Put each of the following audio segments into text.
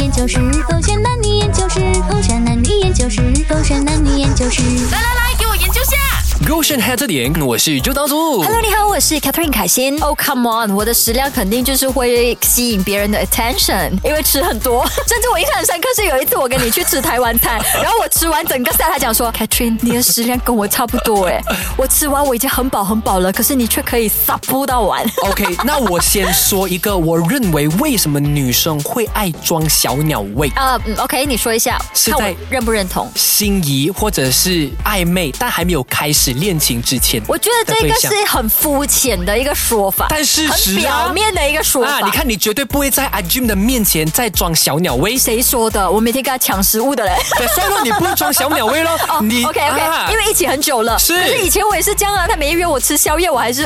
研究室，狗选男女研究室，狗选男女研究室，狗选男女研究室。 来，给我研究下。 勾选黑这点，我是周当主。 Hello， 你好，我是 Catherine 凯欣。Oh come on， 我的食量肯定就是会吸引别人的 attention， 因为吃很多。甚至我印象很深刻是有一次我跟你去吃台湾菜，然后我吃完整个菜，他讲说 Catherine， 你的食量跟我差不多哎，我吃完我已经很饱了，可是你却可以撒不到完。 OK， 那我先说一个，我认为为什么女生会爱装小鸟胃。 OK， 你说一下， 是在看我认不认同？ 心仪或者是暧昧，但还没有开始恋情之前， 我觉得这个是很肤浅的一个说法， 但事实很表面的一个说法。 你看，你绝对不会在阿 Jim 的面前再装小鸟胃。 谁说的？我每天跟他抢食物的嘞。 所以说你不会装小鸟胃咯。你 OK， 因为一起很久了。 是。 可是以前我也是这样啊，他每天约我吃宵夜，我还是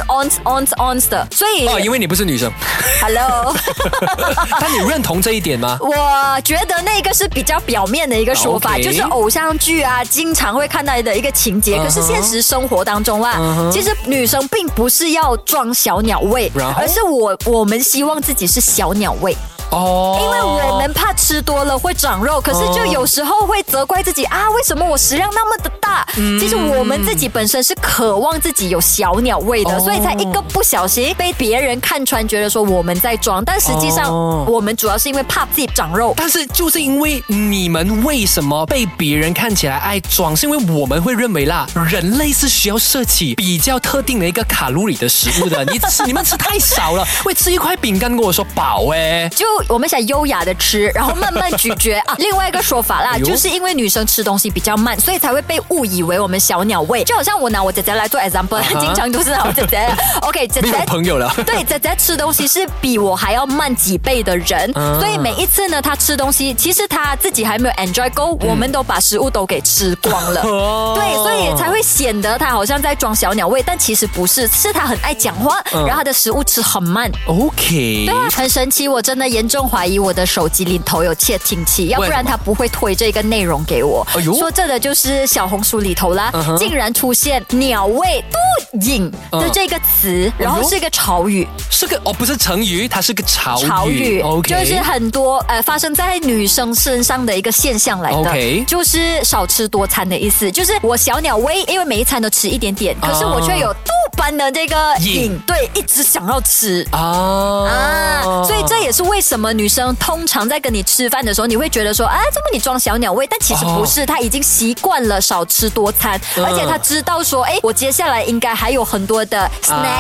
ons 的。所以因为你不是女生。 Hello。 但你认同这一点吗？ 我觉得那个是比较表面的一个说法，就是偶像剧啊，经常会看到的一个情节。可是现实生活当中啊，其实女生并不是要装小鸟胃，而是我们希望自己是小鸟胃。因为我们怕吃多了会长肉，可是就有时候会责怪自己啊，为什么我食量那么的大？其实我们自己本身是渴望自己有小鸟胃的，所以才一个不小心被别人看穿，觉得说我们在装，但实际上我们主要是因为怕自己长肉。 但是就是因为你们为什么被别人看起来爱装，是因为我们会认为啦，人类是需要摄取比较特定的一个卡路里的食物的，你们吃太少了，会吃一块饼干跟我说饱就我们想优雅的吃，然后慢慢咀嚼啊。另外一个说法啦，就是因为女生吃东西比较慢，所以才会被误以为我们小鸟胃。就好像我拿我姐姐来做 example， 经常都是拿我姐姐。OK， 姐姐没有朋友了。 对，姐姐吃东西是比我还要慢几倍的人，所以每一次呢，她吃东西，其实她自己还没有 enjoy 够，我们都把食物都给吃光了。对，所以才会显得她好像在装小鸟胃，但其实不是，是她很爱讲话，然后她的食物吃很慢。 OK， 对啊，很神奇，我真的严重怀疑我的手机里头有窃听器，要不然他不会推这个内容给我。说这的就是小红书里头啦，竟然出现鸟胃肚影的这个词，然后是一个潮语， 是个不是成语，它是个潮语。 OK， 就是很多发生在女生身上的一个现象来的。 OK， 就是少吃多餐的意思，就是我小鸟胃，因为每一餐都吃一点点，可是我却有肚般的这个瘾，对，一直想要吃所以这也是为什么女生通常在跟你吃饭的时候，你会觉得说这么你装小鸟胃，但其实不是，她已经习惯了少吃多餐，而且她知道说我接下来应该还有很多的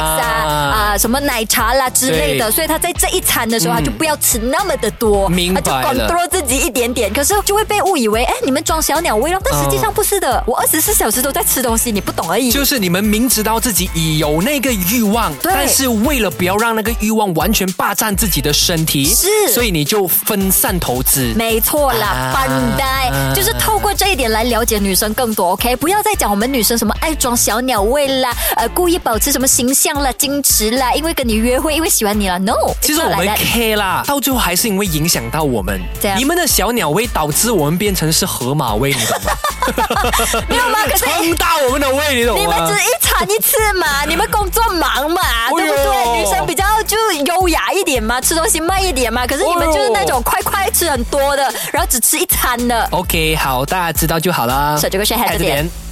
snacks 什么奶茶啦之类的，所以她在这一餐的时候，她就不要吃那么的多， 明白了， 她就 control 自己一点点，可是就会被误以为你们装小鸟胃了，但实际上不是的，我24小时都在吃东西，你不懂而已。 就是你们明知道自己有那个欲望，但是为了不要让那个欲望完全霸占自己的身体，所以你就分散投资。 没错啦，就是透过这一点来了解女生更多。OK， 不要再讲我们女生什么爱装小鸟胃啦，故意保持什么形象啦、矜持啦，因为跟你约会，因为喜欢你啦。No， 其实我们 care 啦，到最后还是因为影响到我们。你们的小鸟胃导致我们变成是河马胃，你懂吗？ 没有吗？可是撑大我们的胃，你懂吗？ 你们只一餐一次嘛，你们工作忙嘛，对不对？女生比较就优雅一点嘛，吃东西慢一点嘛。可是你们就是那种快吃很多的，然后只吃一餐的。 OK， 好，大家知道就好了。 所以这个是黑着点。